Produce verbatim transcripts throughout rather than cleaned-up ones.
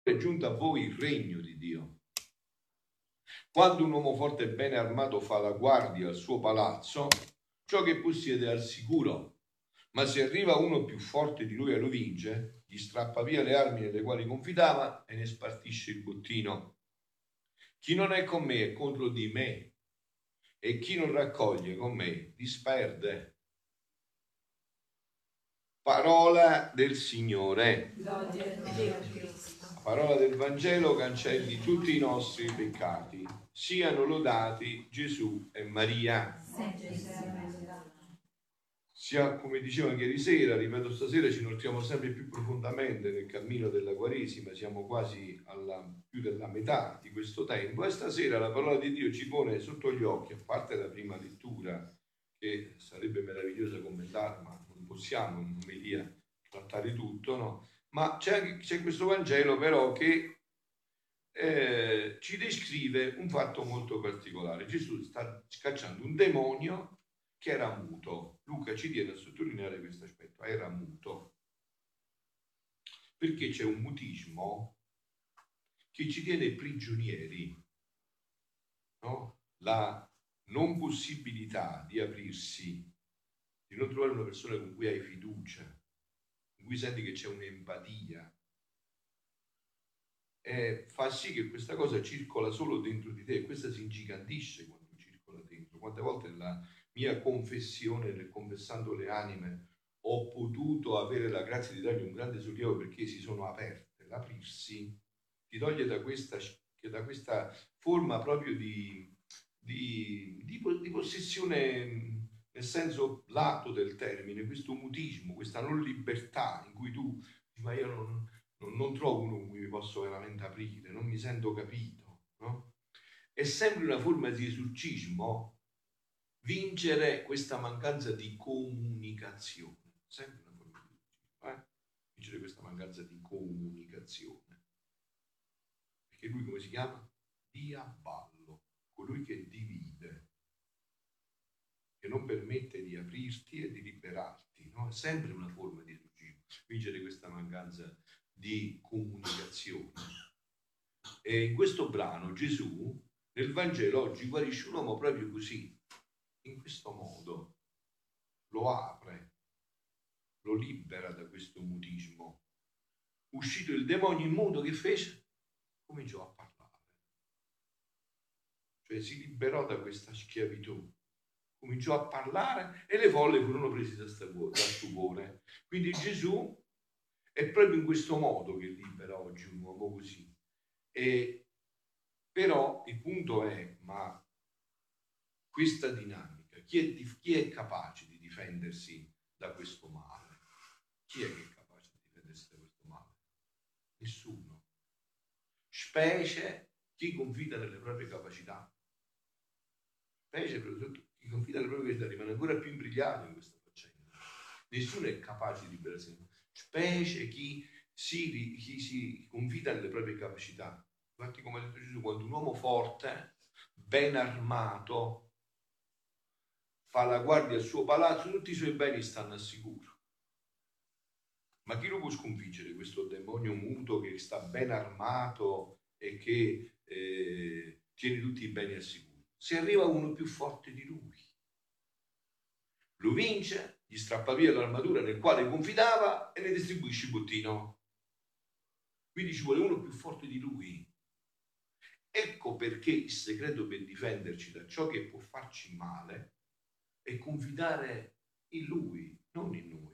è giunto a voi il regno di Dio. Quando un uomo forte e bene armato fa la guardia al suo palazzo, ciò che possiede è al sicuro. Ma se arriva uno più forte di lui e lo vince, gli strappa via le armi nelle quali confidava e ne spartisce il bottino. Chi non è con me è contro di me, e chi non raccoglie con me disperde. Parola del Signore. La parola del Vangelo cancelli tutti i nostri peccati. Siano lodati Gesù e Maria. Sia, come dicevo anche ieri sera, ripeto stasera, ci nutriamo sempre più profondamente nel cammino della Quaresima, siamo quasi alla più della metà di questo tempo e stasera la parola di Dio ci pone sotto gli occhi, a parte la prima lettura, che sarebbe meravigliosa commentare, ma non possiamo in omelia trattare tutto, no? Ma c'è, anche, c'è questo Vangelo però che eh, ci descrive un fatto molto particolare. Gesù sta scacciando un demonio che era muto. Luca ci tiene a sottolineare questo aspetto, era muto. Perché c'è un mutismo che ci tiene prigionieri, no? La non possibilità di aprirsi, di non trovare una persona con cui hai fiducia, con cui senti che c'è un'empatia, eh, fa sì che questa cosa circola solo dentro di te e questa si ingigantisce quando circola dentro. Quante volte nella mia confessione, nel confessando le anime, ho potuto avere la grazia di dargli un grande sollievo perché si sono aperte. L'aprirsi ti toglie da questa, da questa forma proprio di, di, di, di possessione nel senso lato del termine, questo mutismo, questa non libertà in cui tu dici ma io non, non, non trovo uno con cui mi posso veramente aprire, non mi sento capito, no? È sempre una forma di esorcismo vincere questa mancanza di comunicazione, sempre una forma di esorcismo, eh? Vincere questa mancanza di comunicazione. Perché lui come si chiama? Diaballo, colui che divide, che non permette di aprirti e di liberarti, no? È sempre una forma di esorcismo, vincere questa mancanza di comunicazione. E in questo brano Gesù nel Vangelo oggi guarisce un uomo proprio così, in questo modo, lo apre, lo libera da questo mutismo. Uscito il demonio in muto, che fece? Cominciò a parlare, cioè si liberò da questa schiavitù, cominciò a parlare e le folle furono prese da stupore. Quindi Gesù è proprio in questo modo che libera oggi un uomo così. E però il punto è, ma questa dinamica, chi è, chi è capace di difendersi da questo male? Chi è che è capace di difendersi da questo male? Nessuno. Specie chi confida nelle proprie capacità. Specie chi confida nelle proprie capacità rimane ancora più imbrigliato in questa faccenda. Nessuno è capace di liberarsi. Specie chi si, chi si confida nelle proprie capacità. Infatti, come ha detto Gesù, quando un uomo forte, ben armato, fa la guardia al suo palazzo, tutti i suoi beni stanno al sicuro. Ma chi lo può sconfiggere? Questo demonio muto che sta ben armato e che eh, tiene tutti i beni al sicuro. Se arriva uno più forte di lui, lo vince, gli strappa via l'armatura nel quale confidava e ne distribuisce il bottino. Quindi ci vuole uno più forte di lui. Ecco perché il segreto per difenderci da ciò che può farci male è confidare in lui, non in noi.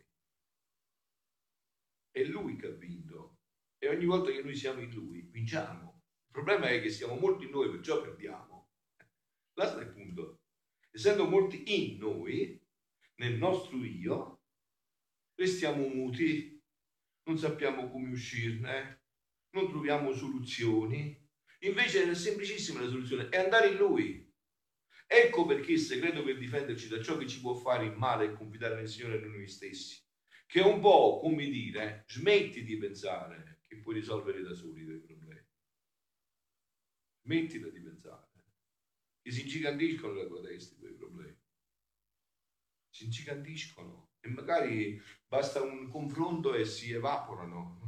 È lui che ha vinto e ogni volta che noi siamo in lui vinciamo. Il problema è che siamo molti in noi, perciò perdiamo. Là sta il punto. Essendo molti in noi, nel nostro io, restiamo muti, non sappiamo come uscirne, non troviamo soluzioni. Invece è semplicissima la soluzione, è andare in lui. Ecco perché il segreto per difenderci da ciò che ci può fare il male è confidare nel Signore e in noi stessi. Che è un po' come dire, smetti di pensare che puoi risolvere da soli i tuoi problemi. Smettila di pensare. Che si ingigantiscono nella tua testa i tuoi problemi. Si ingigantiscono. E magari basta un confronto e si evaporano.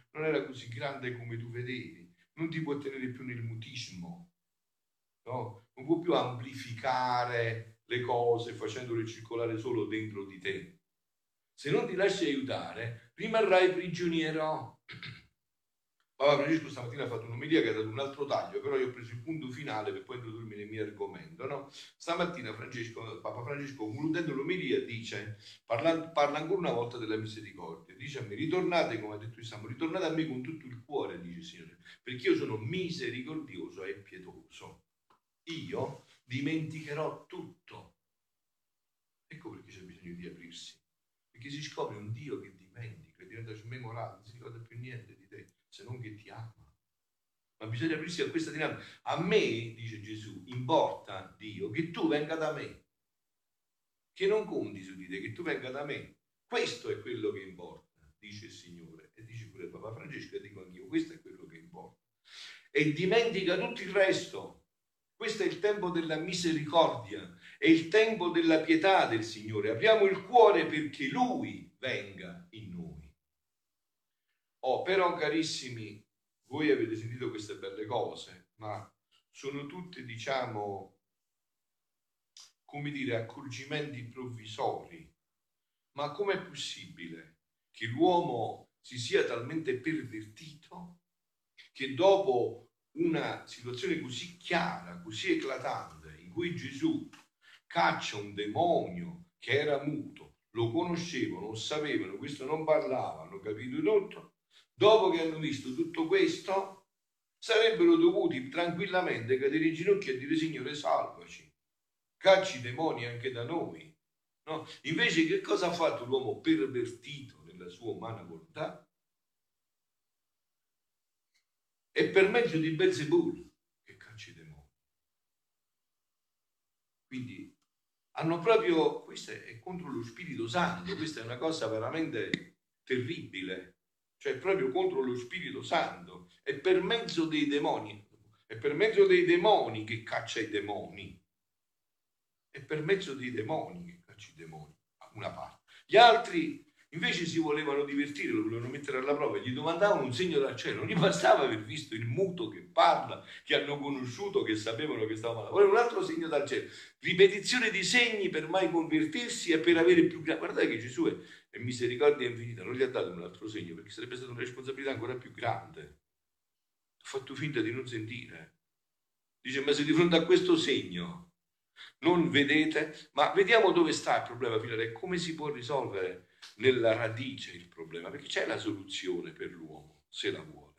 non era così grande come tu vedevi, non ti può tenere più nel mutismo, no? Non può più amplificare le cose facendole circolare solo dentro di te. Se non ti lasci aiutare, rimarrai prigioniero. Papa Francesco stamattina ha fatto un'omelia che ha dato un altro taglio, però io ho preso il punto finale per poi introdurmi nel mio argomento. No? Stamattina Francesco, Papa Francesco, concludendo l'omelia, dice, parla, parla ancora una volta della misericordia. Dice a me, ritornate, come ha detto il Salmo, ritornate a me con tutto il cuore, dice il Signore, perché io sono misericordioso e pietoso. Io dimenticherò tutto. Ecco perché c'è bisogno di aprirsi. Perché si scopre un Dio che dimentica, diventa smemorato, non si ricorda più niente di te, se non che ti ama. Ma bisogna aprirsi a questa dinamica. A me, dice Gesù, importa, Dio, che tu venga da me, che non conti su di te, che tu venga da me. Questo è quello che importa, dice il Signore, e dice pure Papa Francesco, e dico anch'io, questo è quello che importa. E dimentica tutto il resto. Questo è il tempo della misericordia, è il tempo della pietà del Signore. Apriamo il cuore perché Lui venga in noi. Oh, però, carissimi, voi avete sentito queste belle cose, ma sono tutte, diciamo, come dire, accorgimenti provvisori. Ma com'è possibile che l'uomo si sia talmente pervertito che dopo una situazione così chiara, così eclatante, in cui Gesù caccia un demonio che era muto, lo conoscevano, lo sapevano, questo non parlava, hanno capito tutto, dopo che hanno visto tutto questo, sarebbero dovuti tranquillamente cadere in ginocchio e dire: Signore, salvaci, cacci i demoni anche da noi. No? Invece che cosa ha fatto l'uomo pervertito nella sua umana volontà? È per mezzo di Belzebul che caccia i demoni. Quindi hanno proprio, questo è contro lo Spirito Santo, questa è una cosa veramente terribile, cioè proprio contro lo Spirito Santo, è per mezzo dei demoni, è per mezzo dei demoni che caccia i demoni, è per mezzo dei demoni che caccia i demoni, una parte. Gli altri invece si volevano divertire, lo volevano mettere alla prova, gli domandavano un segno dal cielo, non gli bastava aver visto il muto che parla, che hanno conosciuto, che sapevano che stava male, volevano un altro segno dal cielo, ripetizione di segni per mai convertirsi e per avere più grande. Guardate che Gesù è, è misericordia infinita, non gli ha dato un altro segno perché sarebbe stata una responsabilità ancora più grande. Ha fatto finta di non sentire. Dice: ma se di fronte a questo segno non vedete, ma vediamo dove sta il problema finale e come si può risolvere nella radice il problema, perché c'è la soluzione per l'uomo se la vuole.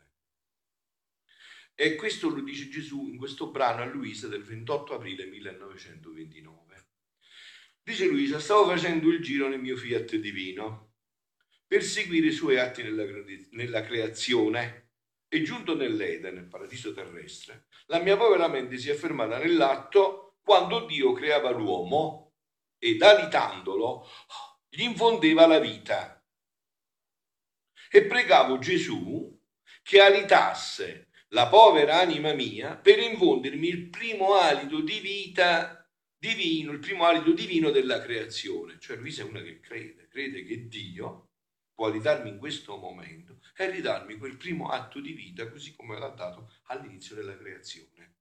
E questo lo dice Gesù in questo brano a Luisa del ventotto aprile millenovecentoventinove. Dice Luisa: stavo facendo il giro nel mio Fiat divino per seguire i suoi atti nella, nella creazione e giunto nell'Eden, nel paradiso terrestre, la mia povera mente si è fermata nell'atto quando Dio creava l'uomo ed alitandolo gli infondeva la vita. E pregavo Gesù che alitasse la povera anima mia per infondermi il primo alito di vita divino, il primo alito divino della creazione. Cioè Luisa è una che crede, crede che Dio può alitarmi in questo momento e ridarmi quel primo atto di vita così come l'ha dato all'inizio della creazione.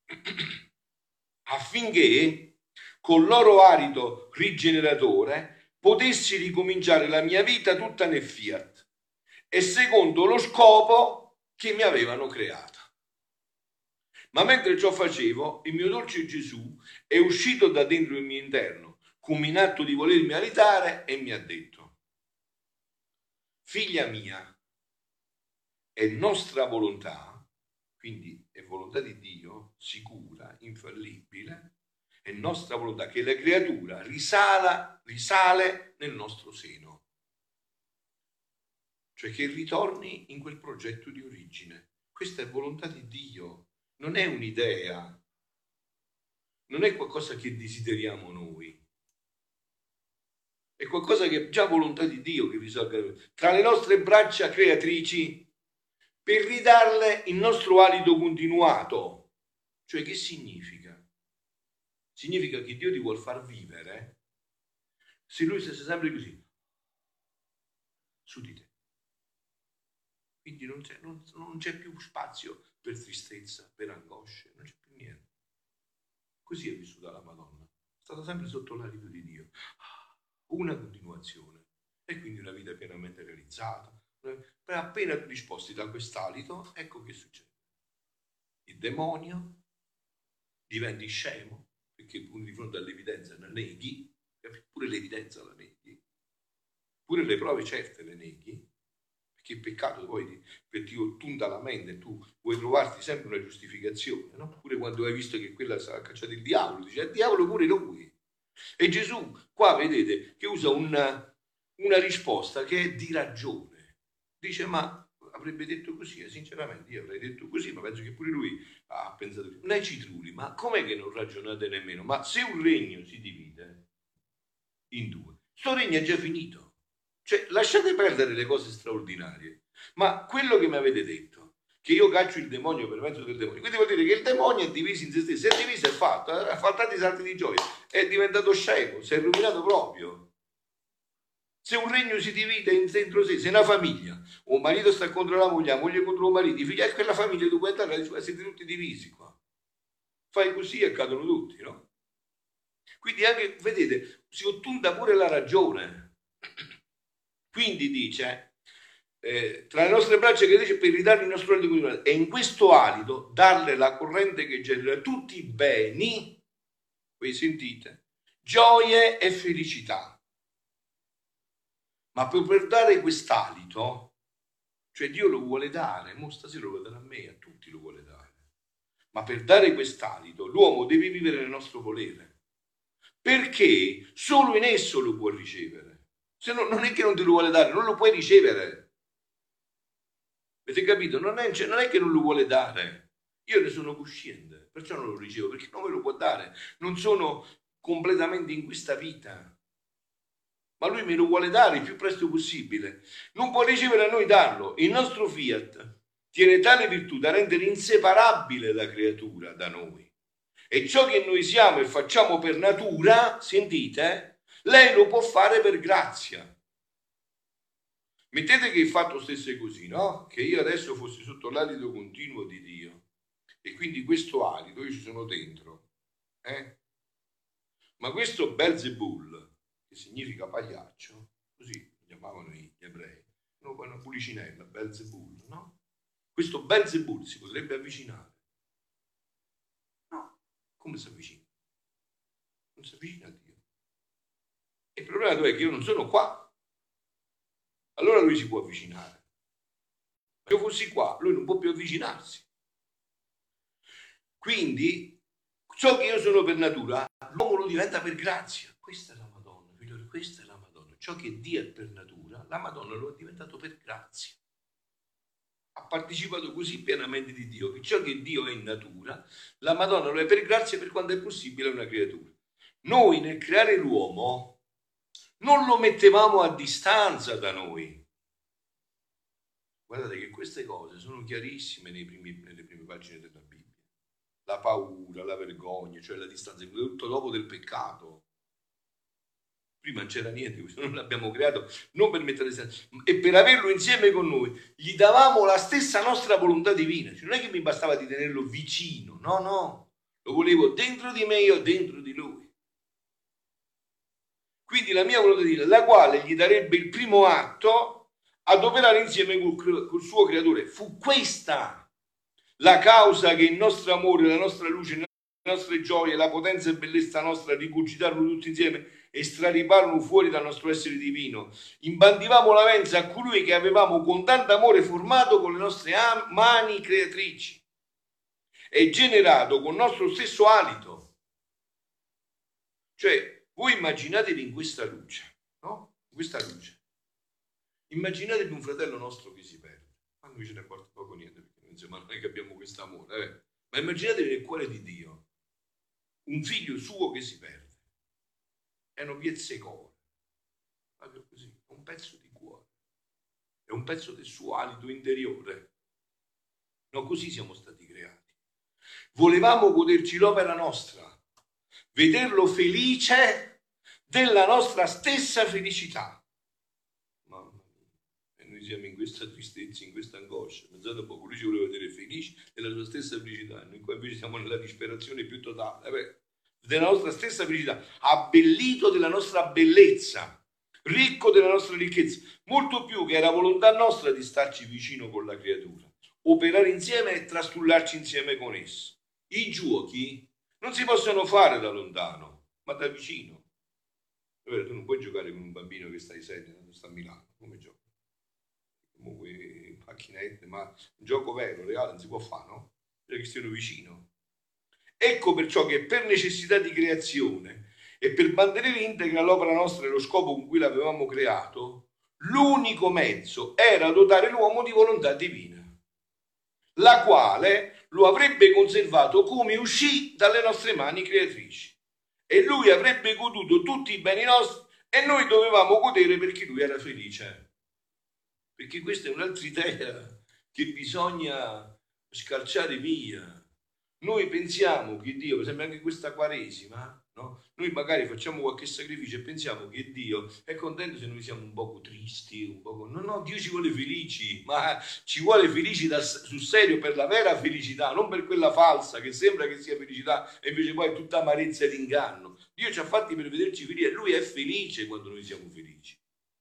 Affinché con loro alito rigeneratore potessi ricominciare la mia vita tutta nel fiat e secondo lo scopo che mi avevano creato. Ma mentre ciò facevo, il mio dolce Gesù è uscito da dentro il mio interno come in atto di volermi alitare e mi ha detto: figlia mia, è nostra volontà, quindi è volontà di Dio, sicura, infallibile, è nostra volontà che la creatura risala, risale nel nostro seno. Cioè che ritorni in quel progetto di origine. Questa è volontà di Dio, non è un'idea, non è qualcosa che desideriamo noi. È qualcosa che è già volontà di Dio che risolve tra le nostre braccia creatrici per ridarle il nostro alito continuato. Cioè che significa? Significa che Dio ti vuol far vivere se Lui stesse sempre così su di te. Quindi non c'è, non, non c'è più spazio per tristezza, per angosce, non c'è più niente. Così è vissuta la Madonna, è stata sempre sotto l'alito di Dio. Una continuazione e quindi una vita pienamente realizzata. Per appena disposti da quest'alito, ecco che succede. Il demonio diventi scemo, perché di fronte all'evidenza la neghi, pure l'evidenza la neghi, pure le prove certe le neghi, perché il peccato poi ti ottunta la mente, tu vuoi trovarti sempre una giustificazione, no? Pure quando hai visto che quella sarà cacciata il diavolo, dice il diavolo pure lui. E Gesù qua vedete che usa una, una risposta che è di ragione. Dice ma avrebbe detto così, eh, sinceramente io avrei detto così, ma penso che pure lui ha pensato così. Non è citruli, ma com'è che non ragionate nemmeno? Ma se un regno si divide in due, sto regno è già finito. Cioè lasciate perdere le cose straordinarie. Ma quello che mi avete detto, che io caccio il demonio per mezzo del demonio, quindi vuol dire che il demonio è diviso in se stesso, se è diviso è fatto, ha fatto tanti salti di gioia, è diventato scemo, si è rovinato proprio. Se un regno si divide in dentro sé, se una famiglia, un marito sta contro la moglie, la moglie contro il marito, i figli, è quella famiglia, tu puoi andare, siete tutti divisi qua. Fai così e cadono tutti, no? Quindi anche, vedete, si ottunta pure la ragione. Quindi dice, eh, tra le nostre braccia che dice per ridare il nostro alito continuato, e in questo alito darle la corrente che genera tutti i beni, voi sentite, gioie e felicità. Ma per, per dare quest'alito, cioè Dio lo vuole dare, mo stasera lo vuole dare a me, a tutti lo vuole dare, ma per dare quest'alito l'uomo deve vivere nel nostro volere, perché solo in esso lo può ricevere. Se no, non è che non te lo vuole dare, non lo puoi ricevere. Avete capito? Non è, cioè, non è che non lo vuole dare. Io ne sono cosciente, perciò non lo ricevo, perché non me lo può dare. Non sono completamente in questa vita. Ma lui me lo vuole dare il più presto possibile. Non può ricevere a noi darlo. Il nostro fiat tiene tale virtù da rendere inseparabile la creatura da noi. E ciò che noi siamo e facciamo per natura, sentite, lei lo può fare per grazia. Mettete che il fatto stesse così, no? Che io adesso fossi sotto l'alito continuo di Dio e quindi questo alito io ci sono dentro, eh? Ma questo Belzebul, che significa pagliaccio, così lo chiamavano gli ebrei, una pulicinella, Belzebul, no? Questo Belzebul si potrebbe avvicinare? No, come si avvicina? Non si avvicina a Dio. Il problema è che io non sono qua. Allora lui si può avvicinare. Se io fossi qua, lui non può più avvicinarsi. Quindi, ciò che io sono per natura, l'uomo lo diventa per grazia. Questa è la Madonna, figlioli, questa è la Madonna. Ciò che Dio è per natura, la Madonna lo è diventato per grazia. Ha partecipato così pienamente di Dio, che ciò che Dio è in natura, la Madonna lo è per grazia per quanto è possibile a una creatura. Noi nel creare l'uomo non lo mettevamo a distanza da noi. Guardate che queste cose sono chiarissime nei primi, nelle prime pagine della Bibbia. La paura, la vergogna, cioè la distanza, tutto dopo del peccato. Prima non c'era niente, noi l'abbiamo creato non per mettere a distanza, e per averlo insieme con noi gli davamo la stessa nostra volontà divina. Cioè, non è che mi bastava di tenerlo vicino, no, no, lo volevo dentro di me, io dentro di lui. Quindi la mia volontà divina, la quale gli darebbe il primo atto ad operare insieme col, col suo creatore. Fu questa la causa che il nostro amore, la nostra luce, le nostre gioie, la potenza e bellezza nostra rigurgitarono tutti insieme e strariparono fuori dal nostro essere divino. Imbandivamo la venza a colui che avevamo con tanto amore formato con le nostre mani creatrici e generato con il nostro stesso alito. Cioè, voi immaginatevi in questa luce, no? In questa luce. Immaginatevi un fratello nostro che si perde. Ma noi ce ne importa poco niente, perché insomma non è che abbiamo questo amore, eh? Ma immaginatevi nel cuore di Dio un figlio suo che si perde. È un pezzecore, proprio così, è un pezzo di cuore, è un pezzo del suo alito interiore. No, così siamo stati creati. Volevamo goderci l'opera nostra, vederlo felice della nostra stessa felicità. Mamma mia, e noi siamo in questa tristezza, in questa angoscia. Pensate un po', lui ci voleva vedere felici nella sua stessa felicità, noi qua invece siamo nella disperazione più totale. Vabbè, della nostra stessa felicità, abbellito della nostra bellezza, ricco della nostra ricchezza, molto più che era volontà nostra di starci vicino con la creatura, operare insieme e trastullarci insieme con essa. I giochi non si possono fare da lontano, ma da vicino. Tu non puoi giocare con un bambino che sta ai sette, non sta a Milano, come giochi? Comunque macchinette, ma un gioco vero, reale, non si può fare, no? Perché stiano vicino. Ecco perciò che per necessità di creazione e per mantenere integra l'opera nostra e lo scopo con cui l'avevamo creato, l'unico mezzo era dotare l'uomo di volontà divina, la quale lo avrebbe conservato come uscì dalle nostre mani creatrici. E lui avrebbe goduto tutti i beni nostri e noi dovevamo godere perché lui era felice. Perché questa è un'altra idea che bisogna scalciare via. Noi pensiamo che Dio, per esempio anche questa Quaresima, no? Noi magari facciamo qualche sacrificio e pensiamo che Dio è contento se noi siamo un poco tristi, un poco... No, no, Dio ci vuole felici, ma ci vuole felici da, sul serio per la vera felicità, non per quella falsa che sembra che sia felicità e invece poi è tutta amarezza ed inganno. Dio ci ha fatti per vederci felici e Lui è felice quando noi siamo felici.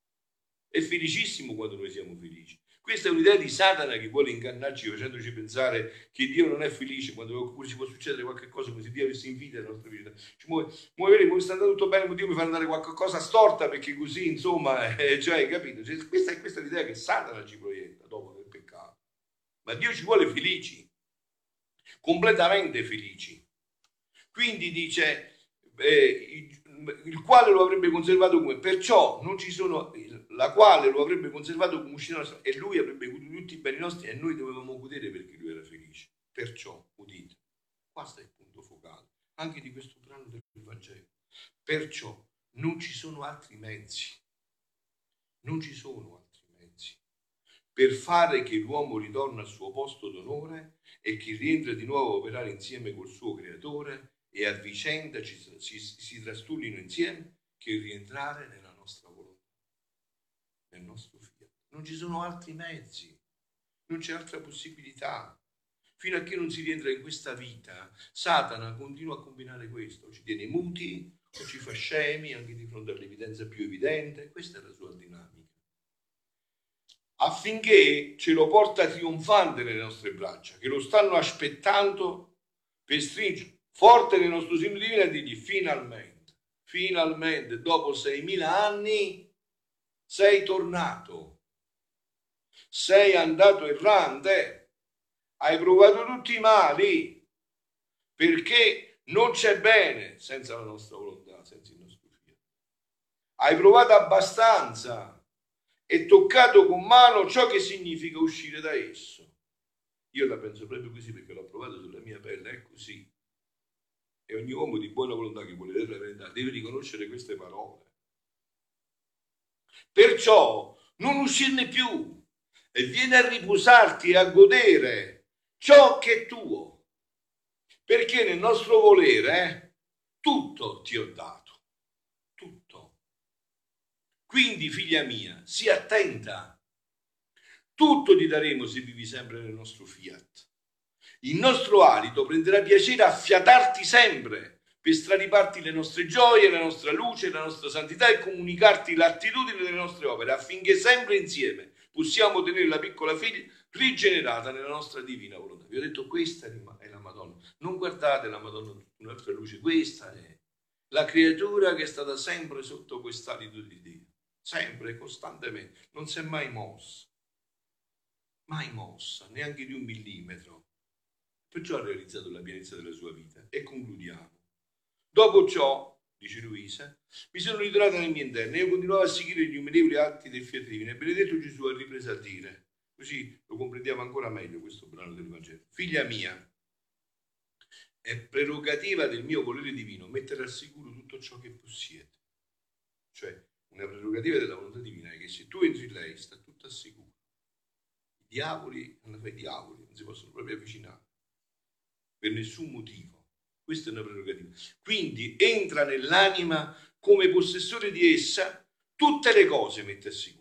È felicissimo quando noi siamo felici. Questa è un'idea di Satana che vuole ingannarci facendoci pensare che Dio non è felice quando ci può succedere qualche cosa, come se Dio avesse invidia la nostra vita. Ci muove, muove, sta andando tutto bene, ma Dio mi fa andare qualche cosa storta perché così, insomma, eh, cioè, capito? Cioè, questa è questa l'idea che Satana ci proietta dopo del peccato. Ma Dio ci vuole felici, completamente felici. Quindi dice... Eh, il quale lo avrebbe conservato come perciò non ci sono la quale lo avrebbe conservato come uscita nostra e lui avrebbe goduto tutti i beni nostri e noi dovevamo godere perché lui era felice. Perciò, udite, qua sta il punto focale anche di questo brano del Vangelo. Perciò non ci sono altri mezzi, non ci sono altri mezzi per fare che l'uomo ritorni al suo posto d'onore e che rientra di nuovo a operare insieme col suo creatore e a vicenda ci, si, si trastullino insieme che rientrare nella nostra volontà, nel nostro fiat. Non ci sono altri mezzi, non c'è altra possibilità. Fino a che non si rientra in questa vita, Satana continua a combinare questo, ci tiene muti, o ci fa scemi anche di fronte all'evidenza più evidente. Questa è la sua dinamica. Affinché ce lo porta trionfante nelle nostre braccia, che lo stanno aspettando per stringere forte nel nostro segno divino e dirgli finalmente, finalmente, dopo seimila anni, sei tornato, sei andato errante, hai provato tutti i mali, perché non c'è bene senza la nostra volontà, senza il nostro fiat. Hai provato abbastanza e toccato con mano ciò che significa uscire da esso. Io la penso proprio così perché l'ho provato sulla mia pelle, è così. E ogni uomo di buona volontà che vuole vedere la verità deve riconoscere queste parole. Perciò non uscirne più e vieni a riposarti e a godere ciò che è tuo. Perché nel nostro volere eh, tutto ti ho dato. Tutto. Quindi, figlia mia, sii attenta. Tutto ti daremo se vivi sempre nel nostro fiat. Il nostro alito prenderà piacere a fiatarti sempre per strariparti le nostre gioie, la nostra luce, la nostra santità e comunicarti l'attitudine delle nostre opere affinché sempre insieme possiamo tenere la piccola figlia rigenerata nella nostra divina volontà. Vi ho detto, questa è la Madonna. Non guardate la Madonna in un'altra luce, questa è la creatura che è stata sempre sotto quest'alito di Dio, sempre, costantemente, non si è mai mossa, mai mossa, neanche di un millimetro. Perciò ha realizzato la pienezza della sua vita. E concludiamo. Dopo ciò, dice Luisa, mi sono ritornata nel mio interno e io continuavo a seguire gli innumerevoli atti del fiat divino e benedetto Gesù ha ripreso a dire, così lo comprendiamo ancora meglio questo brano del Vangelo: figlia mia, è prerogativa del mio volere divino mettere al sicuro tutto ciò che possiede. Cioè, una prerogativa della volontà divina è che se tu entri in lei sta tutto al sicuro. I diavoli, hanno fatto i diavoli, non si possono proprio avvicinare per nessun motivo. Questa è una prerogativa. Quindi entra nell'anima come possessore di essa, tutte le cose mette a sicuro.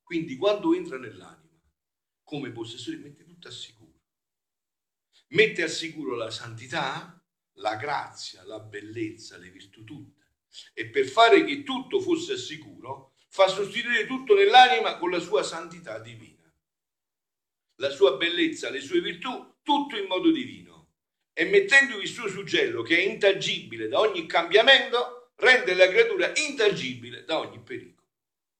Quindi quando entra nell'anima, come possessore, mette tutto a sicuro. Mette a sicuro la santità, la grazia, la bellezza, le virtù tutte. E per fare che tutto fosse a sicuro, fa sostituire tutto nell'anima con la sua santità divina. La sua bellezza, le sue virtù, tutto in modo divino. E mettendovi il suo suggello, che è intangibile da ogni cambiamento, rende la creatura intangibile da ogni pericolo.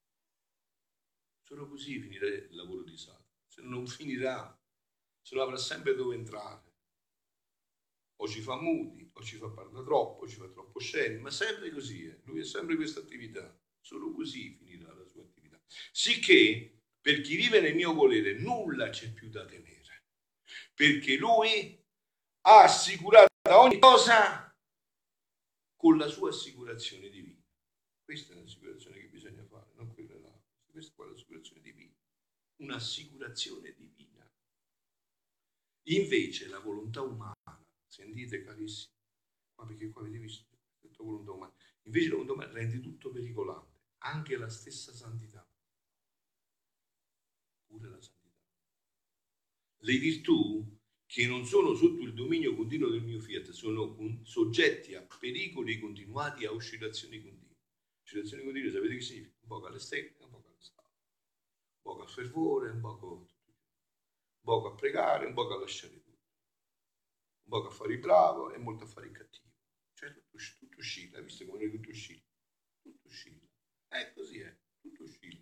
Solo così finirà il lavoro di Satana. Se non finirà, se non avrà sempre dove entrare. O ci fa muti, o ci fa parlare troppo, o ci fa troppo scemi, ma sempre così è. Lui ha sempre questa attività. Solo così finirà la sua attività. Sicché, per chi vive nel mio volere, nulla c'è più da temere. Perché lui ha assicurato ogni cosa con la sua assicurazione divina. Questa è l'assicurazione che bisogna fare, non quella là. Questa è l'assicurazione divina. Un'assicurazione divina. Invece la volontà umana, sentite carissimi, ma perché qua avete visto tutta volontà umana, invece la volontà umana rende tutto pericolante, anche la stessa santità, pure la santità. Le virtù che non sono sotto il dominio continuo del mio fiat sono soggetti a pericoli continuati, a oscillazioni continue. Oscillazioni continue, sapete che significa? Un po' alle stecche, un po' alle stalle, un po' a fervore, un po' a, un po' a pregare, un po' a lasciare tutto. Un po' a fare il bravo e molto a fare il cattivo. Cioè tutto, tutto oscilla, visto come noi tutto oscilla? Tutto oscilla. Eh, così è, tutto oscilla.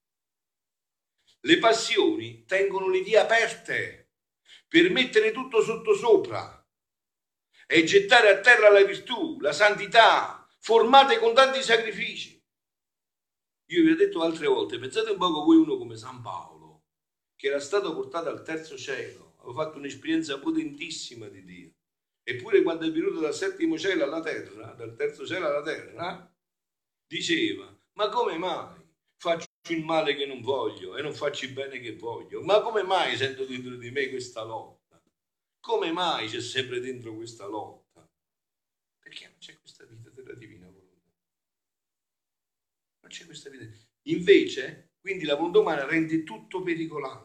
Le passioni tengono le vie aperte per mettere tutto sotto sopra e gettare a terra la virtù, la santità, formate con tanti sacrifici. Io vi ho detto altre volte, pensate un po' voi uno come San Paolo, che era stato portato al terzo cielo, aveva fatto un'esperienza potentissima di Dio. Eppure quando è venuto dal settimo cielo alla terra, dal terzo cielo alla terra, diceva, ma come mai faccio il male che non voglio e non faccio il bene che voglio? Ma come mai sento dentro di me questa lotta? Come mai c'è sempre dentro questa lotta? Perché non c'è questa vita della divina volontà. Non c'è questa vita. Invece, quindi la volontà umana rende tutto pericolante.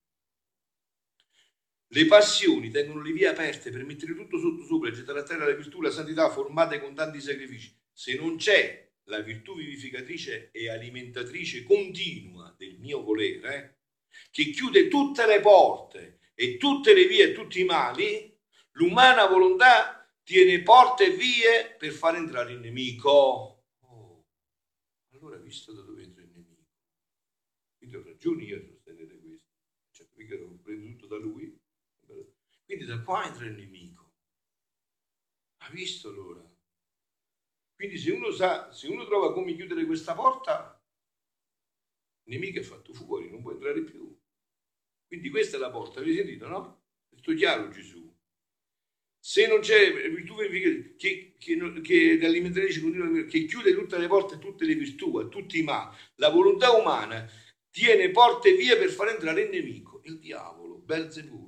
Le passioni tengono le vie aperte per mettere tutto sotto sopra e gettare a terra la virtù, la santità formate con tanti sacrifici. Se non c'è la virtù vivificatrice e alimentatrice continua del mio volere, che chiude tutte le porte e tutte le vie e tutti i mali, l'umana volontà tiene porte e vie per far entrare il nemico. Oh, allora visto da dove entra il nemico, quindi ho ragione io a sostenere questo, cioè perché lo prendo tutto da lui. Quindi da qua entra il nemico. Ha visto allora? Quindi se uno sa, se uno trova come chiudere questa porta, il nemico è fatto fuori, non può entrare più. Quindi questa è la porta, avete sentito, no? È tutto chiaro Gesù. Se non c'è virtù verificatrice, che, che, che l'alimentatrice continua, che chiude tutte le porte a tutte le virtù, a tutti i mali, la volontà umana tiene porte e vie per far entrare il nemico, il diavolo, Belzebù.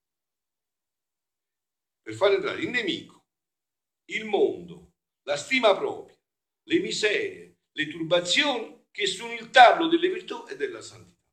Per far entrare il nemico, il mondo, la stima propria, le miserie, le turbazioni che sono il tarlo delle virtù e della santità.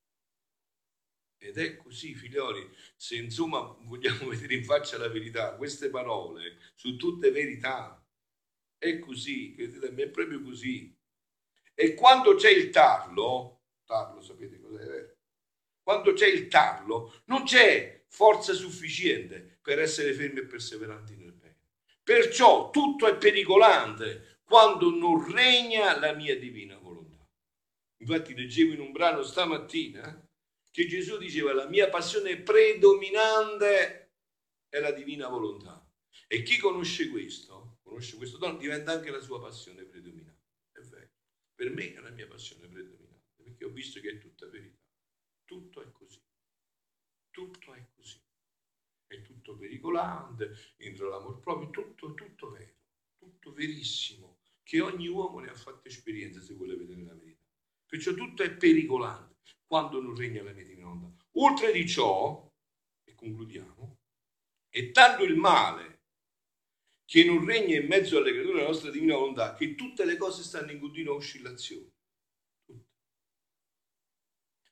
Ed è così, figlioli, se insomma vogliamo vedere in faccia la verità, queste parole sono tutte verità. È così, credetemi, è proprio così. E quando c'è il tarlo, tarlo sapete cos'è? Quando c'è il tarlo, non c'è forza sufficiente per essere fermi e perseveranti nel bene. Perciò tutto è pericolante quando non regna la mia divina volontà. Infatti leggevo in un brano stamattina che Gesù diceva la mia passione predominante è la divina volontà. E chi conosce questo, conosce questo dono, diventa anche la sua passione predominante. È vero. Per me è la mia passione predominante, perché ho visto che è tutta verità. Tutto è così. Tutto è così. È tutto pericolante, entra l'amor proprio, tutto, tutto vero, tutto verissimo, che ogni uomo ne ha fatto esperienza se vuole vedere la verità. Perciò tutto è pericolante quando non regna la mia divina volontà. Oltre di ciò, e concludiamo, è tanto il male che non regna in mezzo alle creature della nostra divina volontà che tutte le cose stanno in continua oscillazione. Tutte.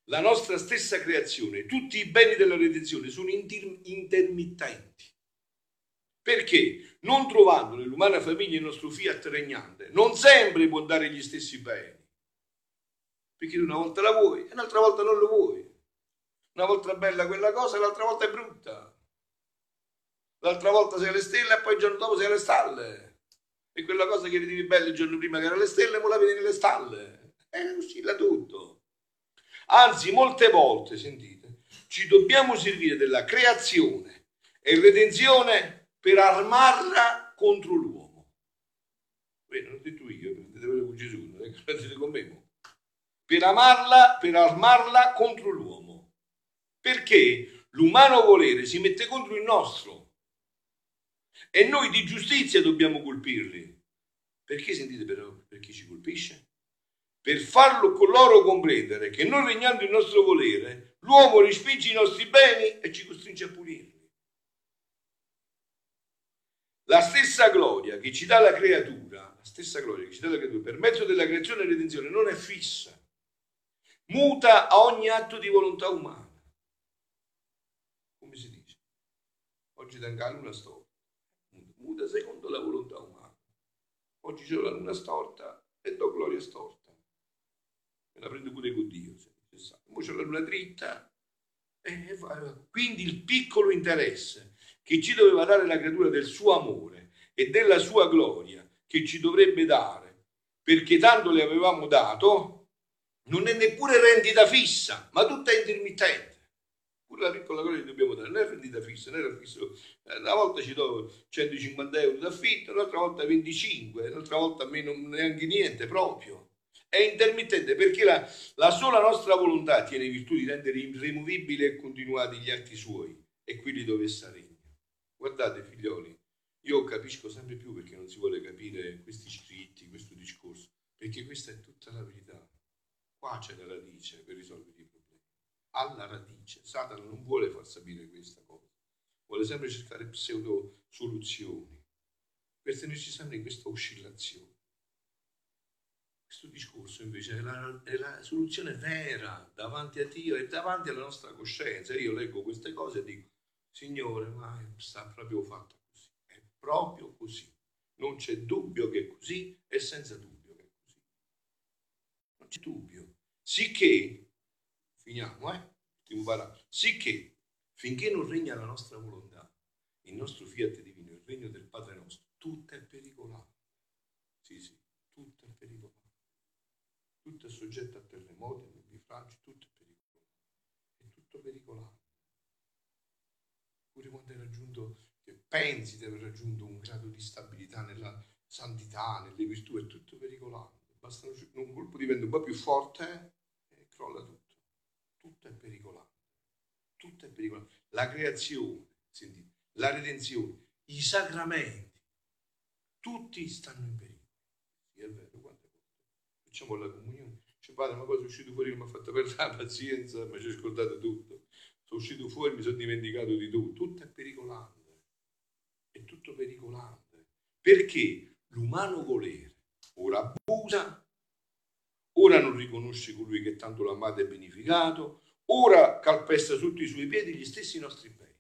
la nostra stessa creazione, tutti i beni della redenzione sono inter- intermittenti. Perché non trovando nell'umana famiglia il nostro fiat regnante, non sempre può dare gli stessi beni. Perché una volta la vuoi e un'altra volta non lo vuoi. Una volta è bella quella cosa e l'altra volta è brutta. L'altra volta sei alle stelle e poi il giorno dopo sei alle stalle. E quella cosa che vedevi bella il giorno prima che era alle stelle, ora la vedi nelle stalle. E oscilla tutto. Anzi, molte volte, sentite, ci dobbiamo servire della creazione e redenzione per armarla contro l'uomo. Beh, non ho detto io, prendete quello con Gesù, non è che prendete con me. Per amarla, per armarla contro l'uomo. Perché l'umano volere si mette contro il nostro. E noi di giustizia dobbiamo colpirli. Perché sentite però, per chi ci colpisce? Per farlo con loro comprendere che non regnando il nostro volere, l'uomo respinge i nostri beni e ci costringe a punirli. La stessa gloria che ci dà la creatura, la stessa gloria che ci dà la creatura per mezzo della creazione e redenzione non è fissa, muta a ogni atto di volontà umana. Come si dice? Oggi tengo la luna storta, muta secondo la volontà umana. Oggi c'è la luna storta e do gloria storta. Me la prendo pure con Dio, se necessario. Ora c'è la luna dritta. E quindi il piccolo interesse che ci doveva dare la creatura del suo amore e della sua gloria che ci dovrebbe dare, perché tanto le avevamo dato, non è neppure rendita fissa, ma tutta intermittente. Pure la piccola gloria che dobbiamo dare non è rendita fissa, non è fisso. Una volta ci do centocinquanta euro d'affitto, un'altra volta venticinque, un'altra volta meno, neanche niente proprio. È intermittente perché la, la sola nostra volontà tiene virtù di rendere irremovibili e continuati gli atti suoi e quelli dove essa regna. Guardate figlioli, io capisco sempre più perché non si vuole capire questi scritti, questo discorso, perché questa è tutta la verità. Qua c'è la radice per risolvere i problemi. Alla radice. Satana non vuole far sapere questa cosa. Vuole sempre cercare pseudo soluzioni. Queste noi ci stanno in questa oscillazione. Questo discorso invece è la, è la soluzione vera davanti a Dio e davanti alla nostra coscienza. Io leggo queste cose e dico, Signore, ma sta proprio fatto così. È proprio così. Non c'è dubbio che è così e senza dubbio che è così. Non c'è dubbio. Sicché, finiamo, eh? Ultimo paragrafo. Sicché, finché non regna la nostra volontà, il nostro fiat divino, il regno del Padre nostro, tutto è pericolato. Sì, sì, tutto è pericolato. Tutto è soggetto a terremoti, a nubifragi, tutto è pericolato. È tutto pericolato. Pure quando hai raggiunto, che pensi di aver raggiunto un grado di stabilità nella santità, nelle virtù, è tutto pericolato. Basta un colpo diventa un po' più forte e crolla tutto. Tutto è pericolato. Tutto è pericolato. La creazione, sentite, la redenzione, i sacramenti, tutti stanno in pericolo. Sì, è vero, quante volte facciamo la comunione. Cioè, padre, ma cosa è uscito fuori che mi ha fatto perdere la pazienza, ma ci ho scordato tutto. Sono uscito fuori, mi sono dimenticato di tutto. Tutto è pericolante. È tutto pericolante. Perché l'umano volere ora abusa, ora non riconosce colui che tanto l'ha amato e beneficato, ora calpesta sotto i suoi piedi gli stessi nostri beni.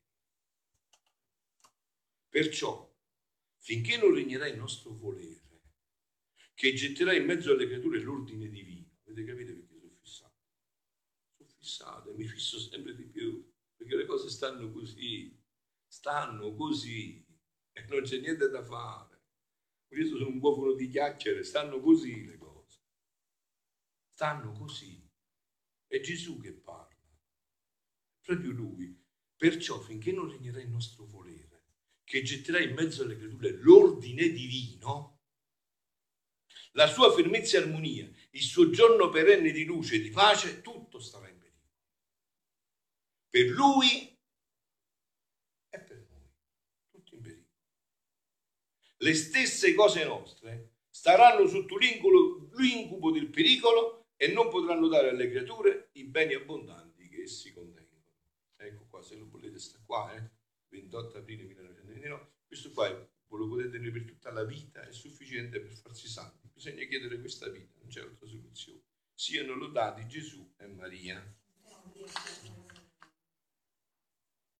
Perciò, finché non regnerà il nostro volere, che getterà in mezzo alle creature l'ordine divino, avete capito perché sono fissato? Sono fissato e mi fisso sempre di più, perché le cose stanno così, stanno così, e non c'è niente da fare. Questo sono un buono di chiacchiere, stanno così le cose. Stanno così. È Gesù che parla. Proprio lui. Perciò finché non regnerà il nostro volere, che getterà in mezzo alle creature l'ordine divino, la sua fermezza e armonia, il suo giorno perenne di luce e di pace, tutto starà in pericolo. Per lui e per noi. Tutto in pericolo. Le stesse cose nostre staranno sotto l'incubo del pericolo e non potranno dare alle creature i beni abbondanti che essi contengono. Ecco qua, se lo volete sta qua, eh? ventotto aprile millenovecentoventinove, questo qua ve lo potete tenere per tutta la vita, è sufficiente per farsi santi. Bisogna chiedere questa vita, non c'è altra soluzione. Siano lodati Gesù e Maria. di essere